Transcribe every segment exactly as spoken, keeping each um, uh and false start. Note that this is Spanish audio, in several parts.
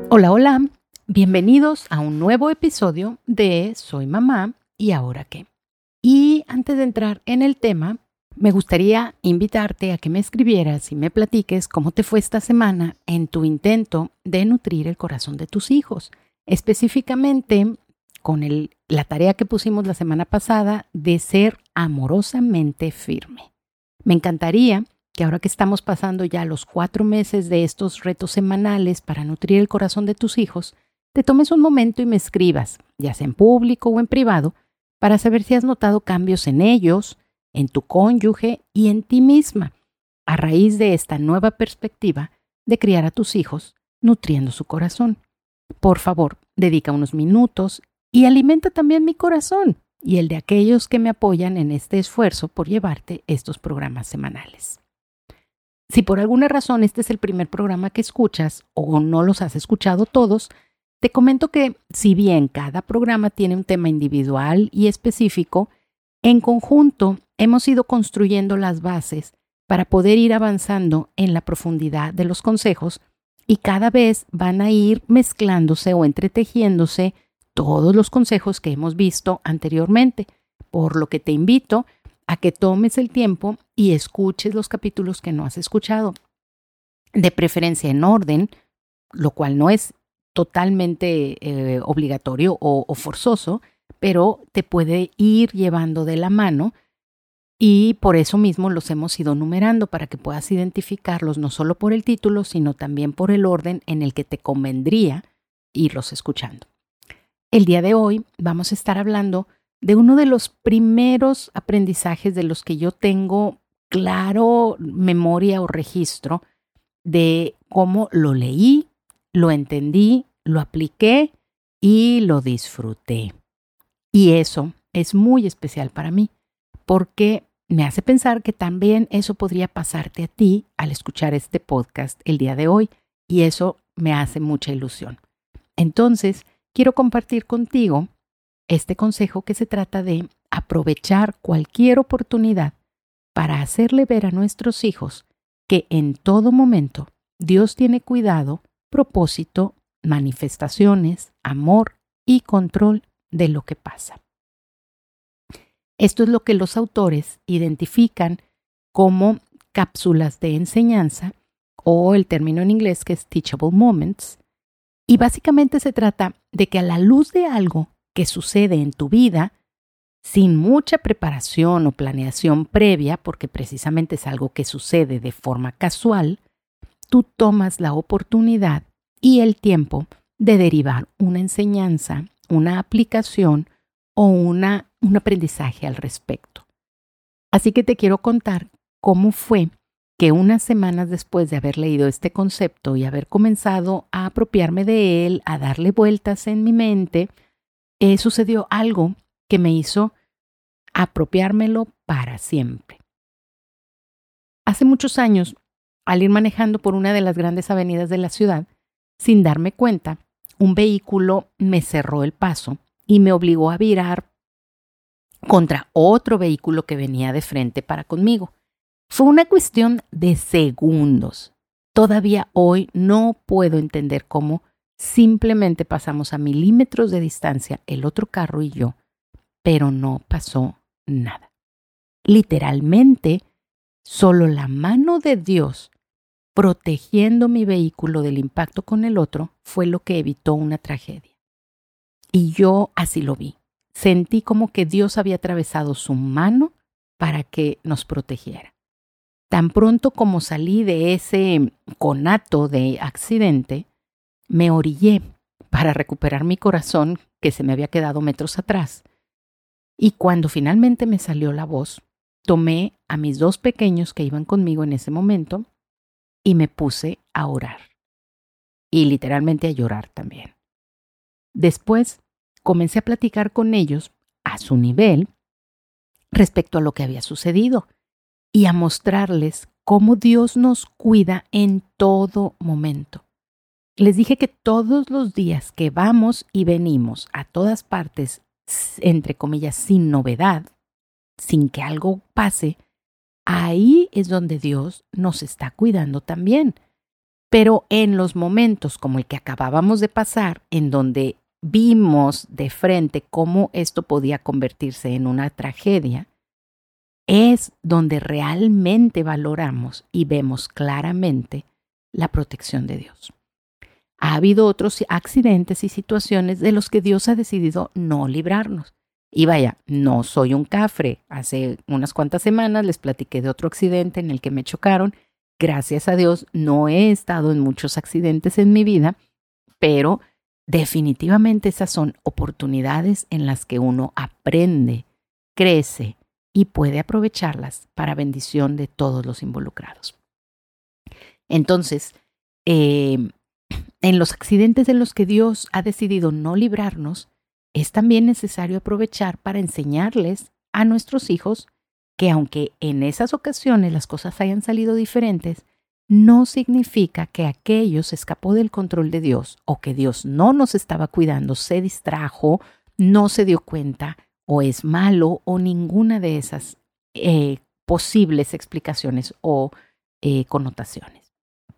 Hola, hola, bienvenidos a un nuevo episodio de Soy Mamá y Ahora qué. Y antes de entrar en el tema, me gustaría invitarte a que me escribieras y me platiques cómo te fue esta semana en tu intento de nutrir el corazón de tus hijos, específicamente con el, la tarea que pusimos la semana pasada de ser amorosamente firme. Me encantaría que ahora que estamos pasando ya los cuatro meses de estos retos semanales para nutrir el corazón de tus hijos, te tomes un momento y me escribas, ya sea en público o en privado, para saber si has notado cambios en ellos, en tu cónyuge y en ti misma, a raíz de esta nueva perspectiva de criar a tus hijos nutriendo su corazón. Por favor, dedica unos minutos y alimenta también mi corazón y el de aquellos que me apoyan en este esfuerzo por llevarte estos programas semanales. Si por alguna razón este es el primer programa que escuchas o no los has escuchado todos, te comento que si bien cada programa tiene un tema individual y específico, en conjunto hemos ido construyendo las bases para poder ir avanzando en la profundidad de los consejos y cada vez van a ir mezclándose o entretejiéndose todos los consejos que hemos visto anteriormente, por lo que te invito a que tomes el tiempo y escuches los capítulos que no has escuchado, de preferencia en orden, lo cual no es totalmente eh, obligatorio o, o forzoso, pero te puede ir llevando de la mano y por eso mismo los hemos ido numerando para que puedas identificarlos no solo por el título, sino también por el orden en el que te convendría irlos escuchando. El día de hoy vamos a estar hablando de uno de los primeros aprendizajes de los que yo tengo claro memoria o registro de cómo lo leí, lo entendí, lo apliqué y lo disfruté. Y eso es muy especial para mí porque me hace pensar que también eso podría pasarte a ti al escuchar este podcast el día de hoy y eso me hace mucha ilusión. Entonces, quiero compartir contigo este consejo que se trata de aprovechar cualquier oportunidad para hacerle ver a nuestros hijos que en todo momento Dios tiene cuidado, propósito, manifestaciones, amor y control de lo que pasa. Esto es lo que los autores identifican como cápsulas de enseñanza o el término en inglés que es teachable moments. Y básicamente se trata de que a la luz de algo que sucede en tu vida, sin mucha preparación o planeación previa, porque precisamente es algo que sucede de forma casual, tú tomas la oportunidad y el tiempo de derivar una enseñanza, una aplicación o una, un aprendizaje al respecto. Así que te quiero contar cómo fue que unas semanas después de haber leído este concepto y haber comenzado a apropiarme de él, a darle vueltas en mi mente, eh, sucedió algo que me hizo apropiármelo para siempre. Hace muchos años, al ir manejando por una de las grandes avenidas de la ciudad, sin darme cuenta, un vehículo me cerró el paso y me obligó a virar contra otro vehículo que venía de frente para conmigo. Fue una cuestión de segundos. Todavía hoy no puedo entender cómo simplemente pasamos a milímetros de distancia el otro carro y yo, pero no pasó nada. Literalmente, solo la mano de Dios protegiendo mi vehículo del impacto con el otro fue lo que evitó una tragedia. Y yo así lo vi. Sentí como que Dios había atravesado su mano para que nos protegiera. Tan pronto como salí de ese conato de accidente, me orillé para recuperar mi corazón que se me había quedado metros atrás. Y cuando finalmente me salió la voz, tomé a mis dos pequeños que iban conmigo en ese momento y me puse a orar. Y literalmente a llorar también. Después comencé a platicar con ellos a su nivel respecto a lo que había sucedido y a mostrarles cómo Dios nos cuida en todo momento. Les dije que todos los días que vamos y venimos a todas partes, entre comillas, sin novedad, sin que algo pase, ahí es donde Dios nos está cuidando también. Pero en los momentos como el que acabábamos de pasar, en donde vimos de frente cómo esto podía convertirse en una tragedia, es donde realmente valoramos y vemos claramente la protección de Dios. Ha habido otros accidentes y situaciones de los que Dios ha decidido no librarnos. Y vaya, no soy un cafre. Hace unas cuantas semanas les platiqué de otro accidente en el que me chocaron. Gracias a Dios no he estado en muchos accidentes en mi vida, pero definitivamente esas son oportunidades en las que uno aprende, crece y puede aprovecharlas para bendición de todos los involucrados. Entonces, eh, en los accidentes en los que Dios ha decidido no librarnos, es también necesario aprovechar para enseñarles a nuestros hijos que aunque en esas ocasiones las cosas hayan salido diferentes, no significa que aquello se escapó del control de Dios o que Dios no nos estaba cuidando, se distrajo, no se dio cuenta o es malo o ninguna de esas eh, posibles explicaciones o eh, connotaciones.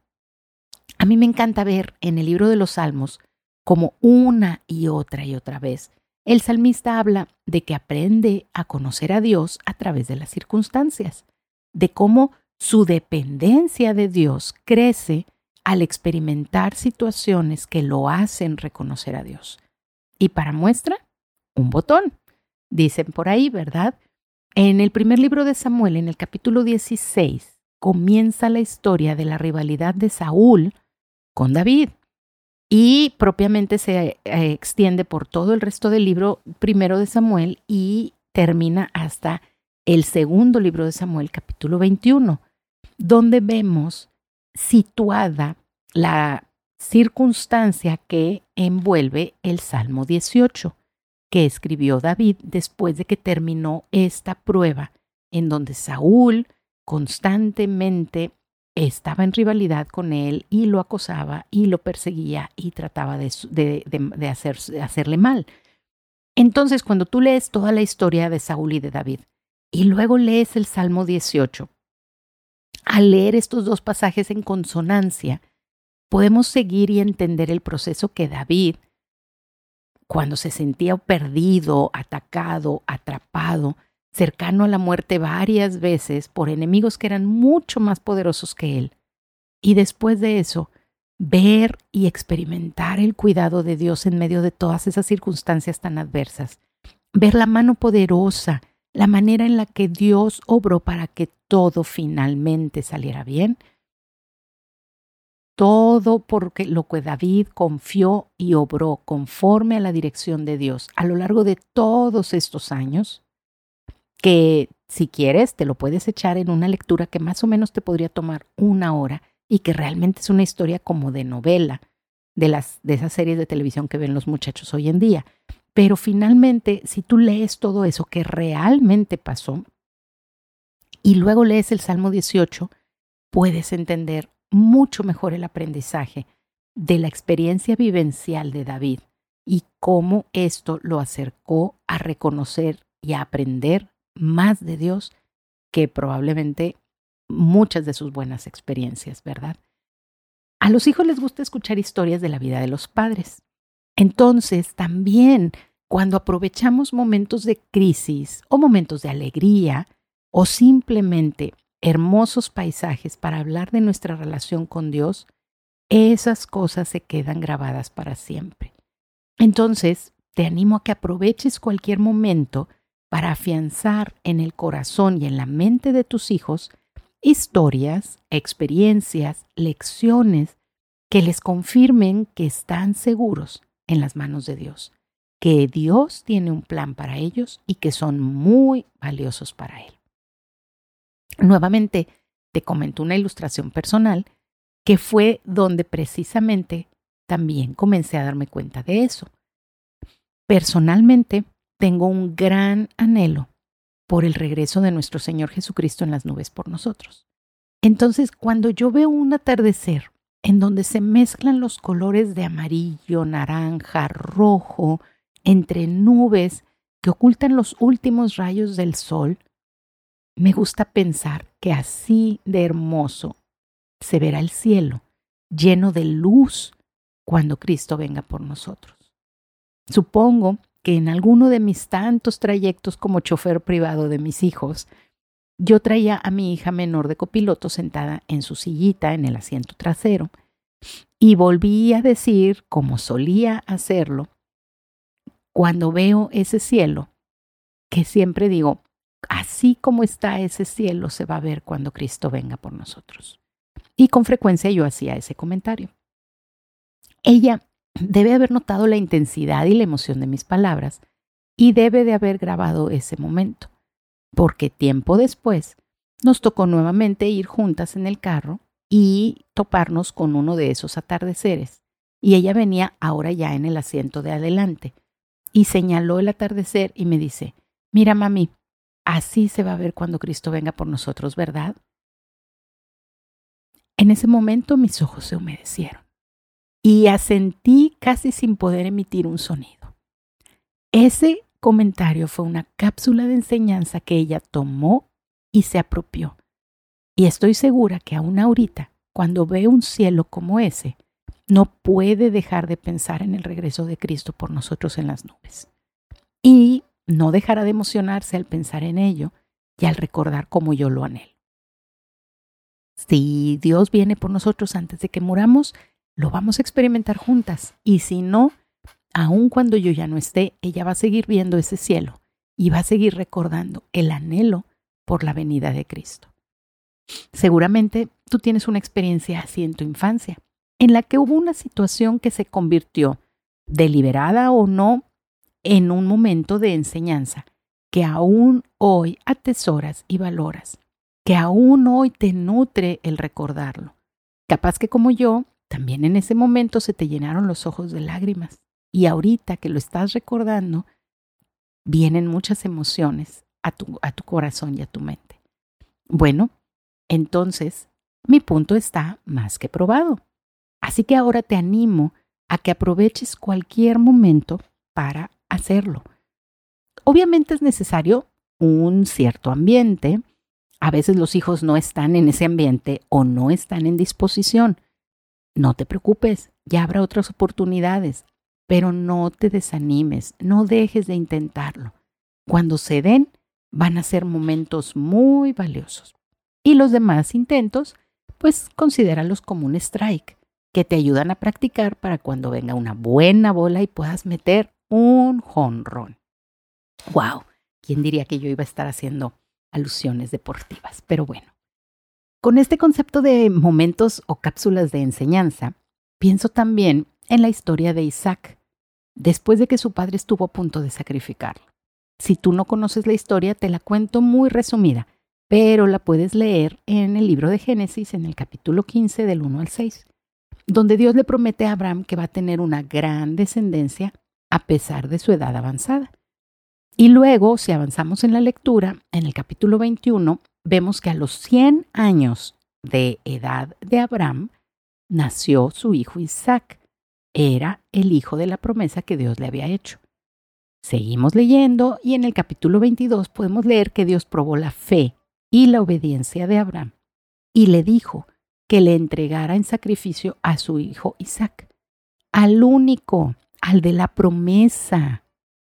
A mí me encanta ver en el libro de los Salmos como una y otra y otra vez el salmista habla de que aprende a conocer a Dios a través de las circunstancias, de cómo su dependencia de Dios crece al experimentar situaciones que lo hacen reconocer a Dios. Y para muestra, un botón. Dicen por ahí, ¿verdad? En el primer libro de Samuel, en el capítulo dieciséis, comienza la historia de la rivalidad de Saúl con David. Y propiamente se eh, extiende por todo el resto del libro primero de Samuel y termina hasta el segundo libro de Samuel, capítulo veintiuno, donde vemos situada la circunstancia que envuelve el Salmo dieciocho, que escribió David después de que terminó esta prueba en donde Saúl constantemente estaba en rivalidad con él y lo acosaba y lo perseguía y trataba de, de, de, de, hacer, de hacerle mal. Entonces, cuando tú lees toda la historia de Saúl y de David y luego lees el Salmo dieciocho, al leer estos dos pasajes en consonancia, podemos seguir y entender el proceso que David, cuando se sentía perdido, atacado, atrapado, cercano a la muerte varias veces por enemigos que eran mucho más poderosos que él. Y después de eso, ver y experimentar el cuidado de Dios en medio de todas esas circunstancias tan adversas. Ver la mano poderosa, la manera en la que Dios obró para que todo finalmente saliera bien. Todo porque lo que David confió y obró conforme a la dirección de Dios a lo largo de todos estos años, que si quieres te lo puedes echar en una lectura que más o menos te podría tomar una hora y que realmente es una historia como de novela de, las, de esas series de televisión que ven los muchachos hoy en día. Pero finalmente, si tú lees todo eso que realmente pasó y luego lees el Salmo dieciocho, puedes entender mucho mejor el aprendizaje de la experiencia vivencial de David y cómo esto lo acercó a reconocer y a aprender más de Dios que probablemente muchas de sus buenas experiencias, ¿verdad? A los hijos les gusta escuchar historias de la vida de los padres. Entonces, también cuando aprovechamos momentos de crisis o momentos de alegría o simplemente hermosos paisajes para hablar de nuestra relación con Dios, esas cosas se quedan grabadas para siempre. Entonces, te animo a que aproveches cualquier momento para afianzar en el corazón y en la mente de tus hijos historias, experiencias, lecciones que les confirmen que están seguros en las manos de Dios, que Dios tiene un plan para ellos y que son muy valiosos para Él. Nuevamente, te comento una ilustración personal que fue donde precisamente también comencé a darme cuenta de eso. Personalmente, tengo un gran anhelo por el regreso de nuestro Señor Jesucristo en las nubes por nosotros. Entonces, cuando yo veo un atardecer en donde se mezclan los colores de amarillo, naranja, rojo, entre nubes que ocultan los últimos rayos del sol, me gusta pensar que así de hermoso se verá el cielo lleno de luz cuando Cristo venga por nosotros. Supongo que en alguno de mis tantos trayectos como chofer privado de mis hijos, yo traía a mi hija menor de copiloto sentada en su sillita en el asiento trasero y volví a decir, como solía hacerlo, cuando veo ese cielo, que siempre digo, así como está ese cielo se va a ver cuando Cristo venga por nosotros. Y con frecuencia yo hacía ese comentario. Ella debe haber notado la intensidad y la emoción de mis palabras y debe de haber grabado ese momento, porque tiempo después nos tocó nuevamente ir juntas en el carro y toparnos con uno de esos atardeceres. Y ella venía ahora ya en el asiento de adelante y señaló el atardecer y me dice, mira mami, así se va a ver cuando Cristo venga por nosotros, ¿verdad? En ese momento mis ojos se humedecieron y asentí casi sin poder emitir un sonido. Ese comentario fue una cápsula de enseñanza que ella tomó y se apropió. Y estoy segura que aún ahorita, cuando ve un cielo como ese, no puede dejar de pensar en el regreso de Cristo por nosotros en las nubes. Y no dejará de emocionarse al pensar en ello y al recordar cómo yo lo anhelo. Si Dios viene por nosotros antes de que muramos, lo vamos a experimentar juntas. Y si no, aun cuando yo ya no esté, ella va a seguir viendo ese cielo y va a seguir recordando el anhelo por la venida de Cristo. Seguramente tú tienes una experiencia así en tu infancia, en la que hubo una situación que se convirtió, deliberada o no, en un momento de enseñanza que aún hoy atesoras y valoras, que aún hoy te nutre el recordarlo. Capaz que como yo, también en ese momento se te llenaron los ojos de lágrimas y ahorita que lo estás recordando, vienen muchas emociones a tu, a tu corazón y a tu mente. Bueno, entonces mi punto está más que probado. Así que ahora te animo a que aproveches cualquier momento para hacerlo. Obviamente es necesario un cierto ambiente. A veces los hijos no están en ese ambiente o no están en disposición. No te preocupes, ya habrá otras oportunidades, pero no te desanimes, no dejes de intentarlo. Cuando se den, van a ser momentos muy valiosos. Y los demás intentos, pues considéralos como un strike, que te ayudan a practicar para cuando venga una buena bola y puedas meter un jonrón. ¡Wow! ¿Quién diría que yo iba a estar haciendo alusiones deportivas? Pero bueno, con este concepto de momentos o cápsulas de enseñanza, pienso también en la historia de Isaac, después de que su padre estuvo a punto de sacrificarlo. Si tú no conoces la historia, te la cuento muy resumida, pero la puedes leer en el libro de Génesis, en el capítulo quince, del uno al seis, donde Dios le promete a Abraham que va a tener una gran descendencia a pesar de su edad avanzada. Y luego, si avanzamos en la lectura, en el capítulo veintiuno, vemos que a los cien años de edad de Abraham, nació su hijo Isaac. Era el hijo de la promesa que Dios le había hecho. Seguimos leyendo y en el capítulo veintidós podemos leer que Dios probó la fe y la obediencia de Abraham y le dijo que le entregara en sacrificio a su hijo Isaac, al único, al de la promesa.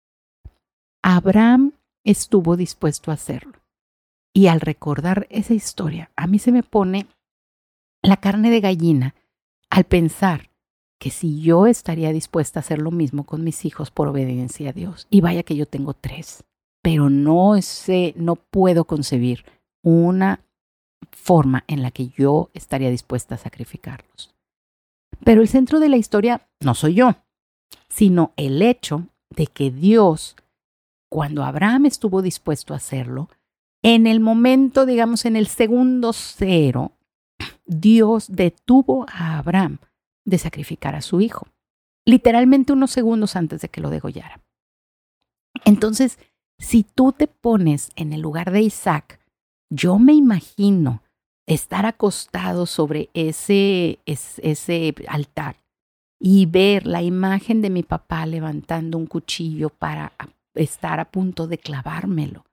Abraham estuvo dispuesto a hacerlo. Y al recordar esa historia, a mí se me pone la carne de gallina al pensar que si yo estaría dispuesta a hacer lo mismo con mis hijos por obediencia a Dios. Y vaya que yo tengo tres, pero no sé, no puedo concebir una forma en la que yo estaría dispuesta a sacrificarlos. Pero el centro de la historia no soy yo, sino el hecho de que Dios, cuando Abraham estuvo dispuesto a hacerlo, en el momento, digamos, en el segundo cero, Dios detuvo a Abraham de sacrificar a su hijo, literalmente unos segundos antes de que lo degollara. Entonces, si tú te pones en el lugar de Isaac, yo me imagino estar acostado sobre ese, ese, ese altar y ver la imagen de mi papá levantando un cuchillo para estar a punto de clavármelo.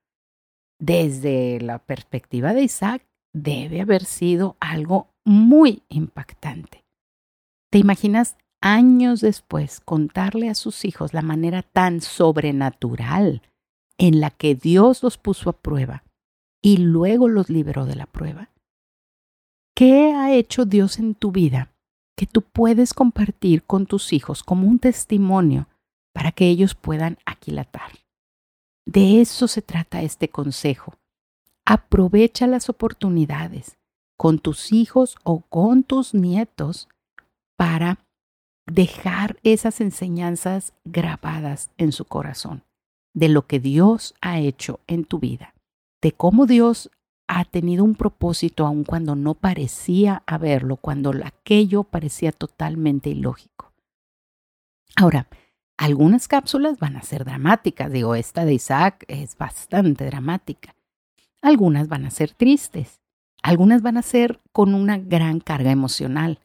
Desde la perspectiva de Isaac, debe haber sido algo muy impactante. ¿Te imaginas años después contarle a sus hijos la manera tan sobrenatural en la que Dios los puso a prueba y luego los libró de la prueba? ¿Qué ha hecho Dios en tu vida que tú puedes compartir con tus hijos como un testimonio para que ellos puedan aquilatar? De eso se trata este consejo. Aprovecha las oportunidades con tus hijos o con tus nietos para dejar esas enseñanzas grabadas en su corazón de lo que Dios ha hecho en tu vida, de cómo Dios ha tenido un propósito aun cuando no parecía haberlo, cuando aquello parecía totalmente ilógico. Ahora, algunas cápsulas van a ser dramáticas. Digo, esta de Isaac es bastante dramática. Algunas van a ser tristes. Algunas van a ser con una gran carga emocional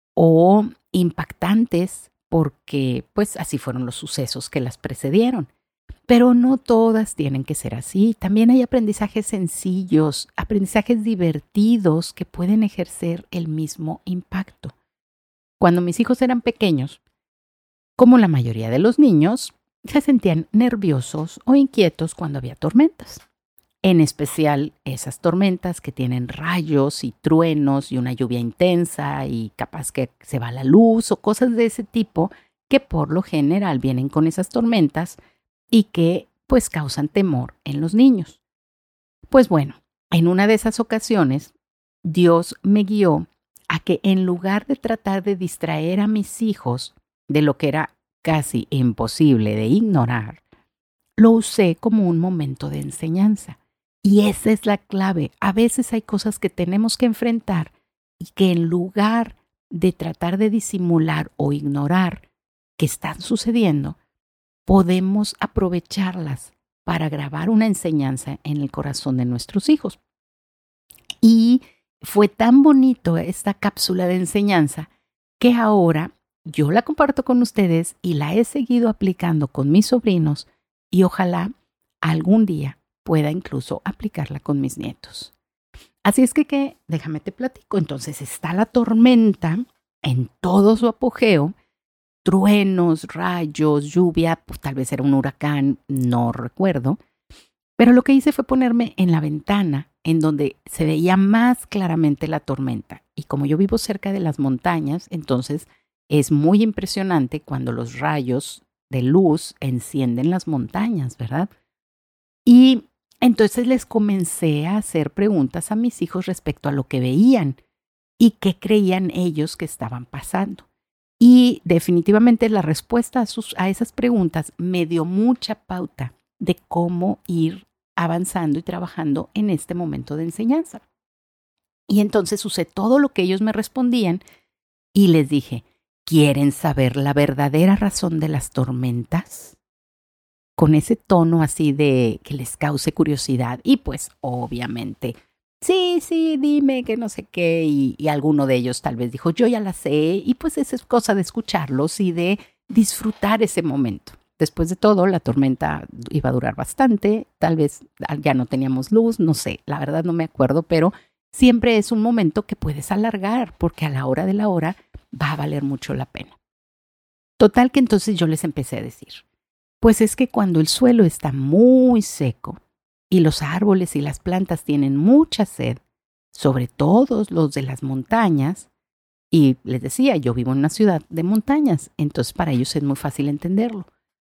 o impactantes porque, pues, así fueron los sucesos que las precedieron. Pero no todas tienen que ser así. También hay aprendizajes sencillos, aprendizajes divertidos que pueden ejercer el mismo impacto. Cuando mis hijos eran pequeños, como la mayoría de los niños, se sentían nerviosos o inquietos cuando había tormentas. En especial esas tormentas que tienen rayos y truenos y una lluvia intensa y capaz que se va la luz o cosas de ese tipo que por lo general vienen con esas tormentas y que pues causan temor en los niños. Pues bueno, en una de esas ocasiones, Dios me guió a que en lugar de tratar de distraer a mis hijos de lo que era casi imposible de ignorar, lo usé como un momento de enseñanza. Y esa es la clave. A veces hay cosas que tenemos que enfrentar y que en lugar de tratar de disimular o ignorar que están sucediendo, podemos aprovecharlas para grabar una enseñanza en el corazón de nuestros hijos. Y fue tan bonito esta cápsula de enseñanza que ahora yo la comparto con ustedes y la he seguido aplicando con mis sobrinos y ojalá algún día pueda incluso aplicarla con mis nietos. Así es que, que déjame te platico. Entonces está la tormenta en todo su apogeo, truenos, rayos, lluvia, pues tal vez era un huracán, no recuerdo. Pero lo que hice fue ponerme en la ventana en donde se veía más claramente la tormenta. Y como yo vivo cerca de las montañas, entonces es muy impresionante cuando los rayos de luz encienden las montañas, ¿verdad? Y entonces les comencé a hacer preguntas a mis hijos respecto a lo que veían y qué creían ellos que estaban pasando. Y definitivamente la respuesta a, sus, a esas preguntas me dio mucha pauta de cómo ir avanzando y trabajando en este momento de enseñanza. Y entonces usé todo lo que ellos me respondían y les dije, ¿quieren saber la verdadera razón de las tormentas? Con ese tono así de que les cause curiosidad y pues obviamente, sí, sí, dime que no sé qué y, y alguno de ellos tal vez dijo, yo ya la sé y pues esa es cosa de escucharlos y de disfrutar ese momento. Después de todo, la tormenta iba a durar bastante, tal vez ya no teníamos luz, no sé, la verdad no me acuerdo, pero siempre es un momento que puedes alargar porque a la hora de la hora va a valer mucho la pena. Total que entonces yo les empecé a decir, pues es que cuando el suelo está muy seco y los árboles y las plantas tienen mucha sed, sobre todo los de las montañas, y les decía, yo vivo en una ciudad de montañas, entonces para ellos es muy fácil entenderlo.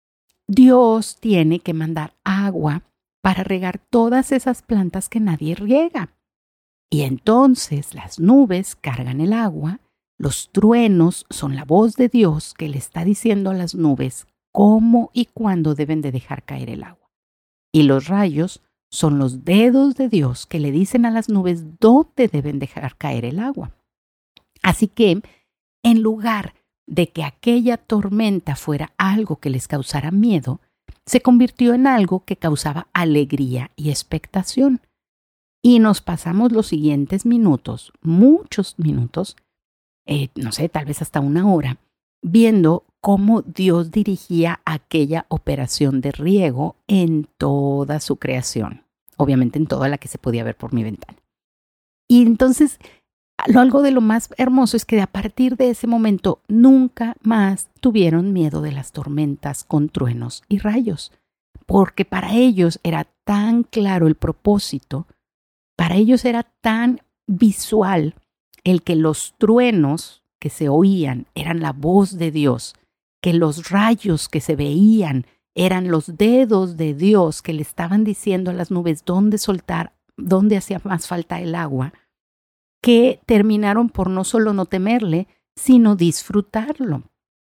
Dios tiene que mandar agua para regar todas esas plantas que nadie riega. Y entonces las nubes cargan el agua, los truenos son la voz de Dios que le está diciendo a las nubes cómo y cuándo deben de dejar caer el agua. Y los rayos son los dedos de Dios que le dicen a las nubes dónde deben dejar caer el agua. Así que, en lugar de que aquella tormenta fuera algo que les causara miedo, se convirtió en algo que causaba alegría y expectación. Y nos pasamos los siguientes minutos, muchos minutos, eh, no sé, tal vez hasta una hora, viendo cómo Dios dirigía aquella operación de riego en toda su creación, obviamente en toda la que se podía ver por mi ventana. Y entonces Lo, algo de lo más hermoso es que a partir de ese momento nunca más tuvieron miedo de las tormentas con truenos y rayos, porque para ellos era tan claro el propósito, para ellos era tan visual el que los truenos que se oían eran la voz de Dios, que los rayos que se veían eran los dedos de Dios que le estaban diciendo a las nubes dónde soltar, dónde hacía más falta el agua, que terminaron por no solo no temerle, sino disfrutarlo.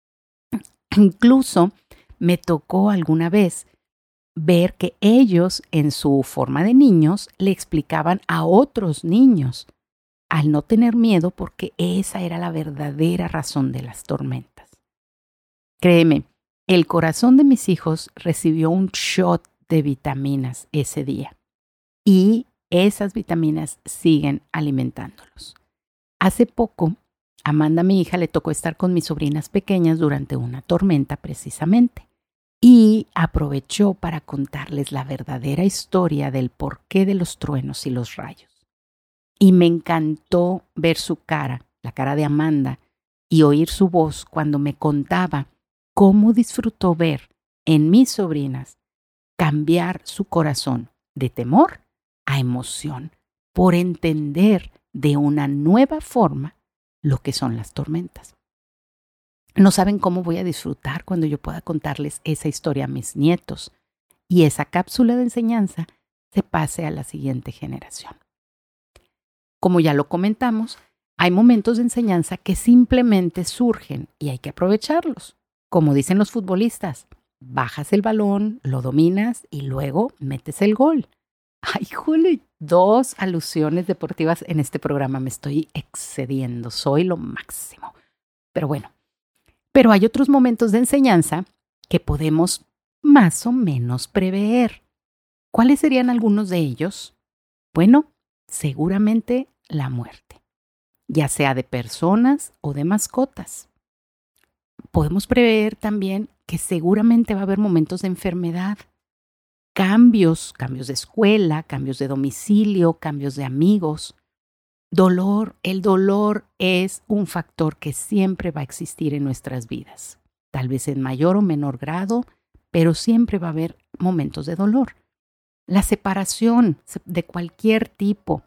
Incluso me tocó alguna vez ver que ellos, en su forma de niños, le explicaban a otros niños al no tener miedo, porque esa era la verdadera razón de las tormentas. Créeme, el corazón de mis hijos recibió un shot de vitaminas ese día y esas vitaminas siguen alimentándolos. Hace poco, Amanda, mi hija, le tocó estar con mis sobrinas pequeñas durante una tormenta precisamente y aprovechó para contarles la verdadera historia del porqué de los truenos y los rayos. Y me encantó ver su cara, la cara de Amanda, y oír su voz cuando me contaba cómo disfrutó ver en mis sobrinas cambiar su corazón de temor a emoción por entender de una nueva forma lo que son las tormentas. No saben cómo voy a disfrutar cuando yo pueda contarles esa historia a mis nietos y esa cápsula de enseñanza se pase a la siguiente generación. Como ya lo comentamos, hay momentos de enseñanza que simplemente surgen y hay que aprovecharlos. Como dicen los futbolistas, bajas el balón, lo dominas y luego metes el gol. Ay, jole, dos alusiones deportivas en este programa. Me estoy excediendo, soy lo máximo. Pero bueno, pero hay otros momentos de enseñanza que podemos más o menos prever. ¿Cuáles serían algunos de ellos? Bueno, seguramente la muerte, ya sea de personas o de mascotas. Podemos prever también que seguramente va a haber momentos de enfermedad, cambios, cambios de escuela, cambios de domicilio, cambios de amigos. Dolor, el dolor es un factor que siempre va a existir en nuestras vidas, tal vez en mayor o menor grado, pero siempre va a haber momentos de dolor. La separación de cualquier tipo,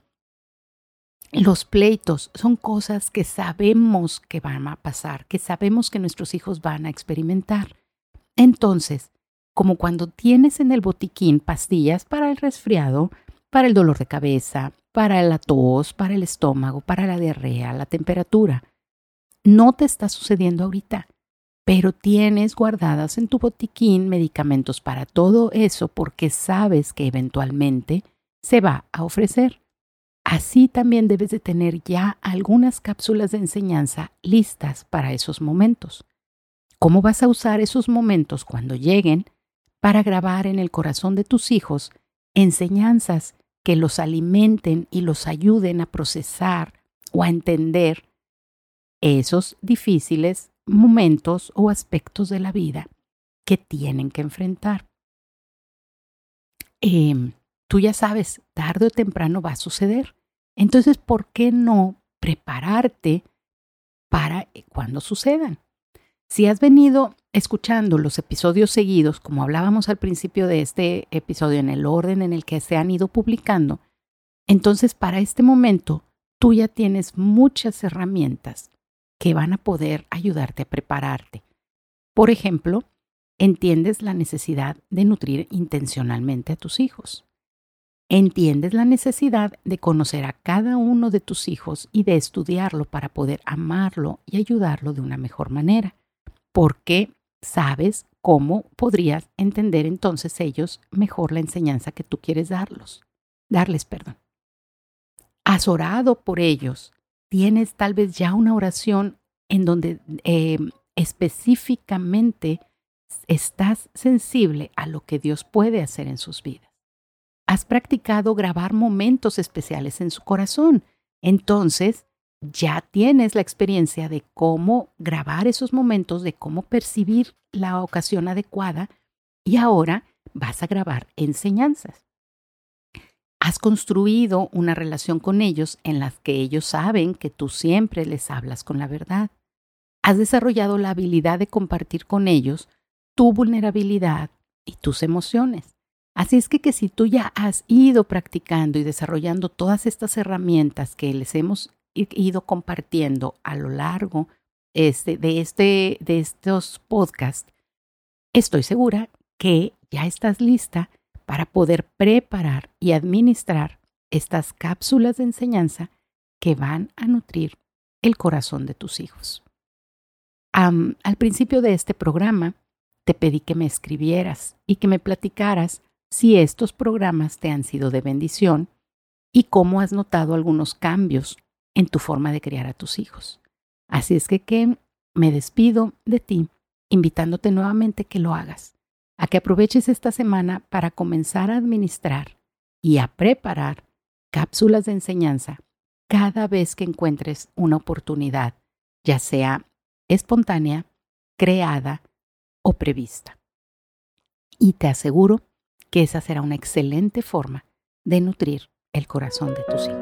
los pleitos, son cosas que sabemos que van a pasar, que sabemos que nuestros hijos van a experimentar. Entonces, como cuando tienes en el botiquín pastillas para el resfriado, para el dolor de cabeza, para la tos, para el estómago, para la diarrea, la temperatura, no te está sucediendo ahorita, pero tienes guardadas en tu botiquín medicamentos para todo eso porque sabes que eventualmente se va a ofrecer. Así también debes de tener ya algunas cápsulas de enseñanza listas para esos momentos. ¿Cómo vas a usar esos momentos cuando lleguen para grabar en el corazón de tus hijos enseñanzas que los alimenten y los ayuden a procesar o a entender esos difíciles momentos o aspectos de la vida que tienen que enfrentar? Eh, tú ya sabes, tarde o temprano va a suceder. Entonces, ¿por qué no prepararte para cuando sucedan? Si has venido escuchando los episodios seguidos, como hablábamos al principio de este episodio, en el orden en el que se han ido publicando, entonces para este momento tú ya tienes muchas herramientas que van a poder ayudarte a prepararte. Por ejemplo, entiendes la necesidad de nutrir intencionalmente a tus hijos. Entiendes la necesidad de conocer a cada uno de tus hijos y de estudiarlo para poder amarlo y ayudarlo de una mejor manera. Porque sabes cómo podrías entender entonces ellos mejor la enseñanza que tú quieres darlos, darles, perdón. Has orado por ellos, tienes tal vez ya una oración en donde eh, específicamente estás sensible a lo que Dios puede hacer en sus vidas. Has practicado grabar momentos especiales en su corazón, entonces ya tienes la experiencia de cómo grabar esos momentos, de cómo percibir la ocasión adecuada y ahora vas a grabar enseñanzas. Has construido una relación con ellos en la que ellos saben que tú siempre les hablas con la verdad. Has desarrollado la habilidad de compartir con ellos tu vulnerabilidad y tus emociones. Así es que, que si tú ya has ido practicando y desarrollando todas estas herramientas que les hemos ido compartiendo a lo largo este, de, este, de estos podcasts, estoy segura que ya estás lista para poder preparar y administrar estas cápsulas de enseñanza que van a nutrir el corazón de tus hijos. Um, al principio de este programa te pedí que me escribieras y que me platicaras si estos programas te han sido de bendición y cómo has notado algunos cambios en tu forma de criar a tus hijos. Así es que, que me despido de ti, invitándote nuevamente que lo hagas, a que aproveches esta semana para comenzar a administrar y a preparar cápsulas de enseñanza cada vez que encuentres una oportunidad, ya sea espontánea, creada o prevista. Y te aseguro que esa será una excelente forma de nutrir el corazón de tus hijos.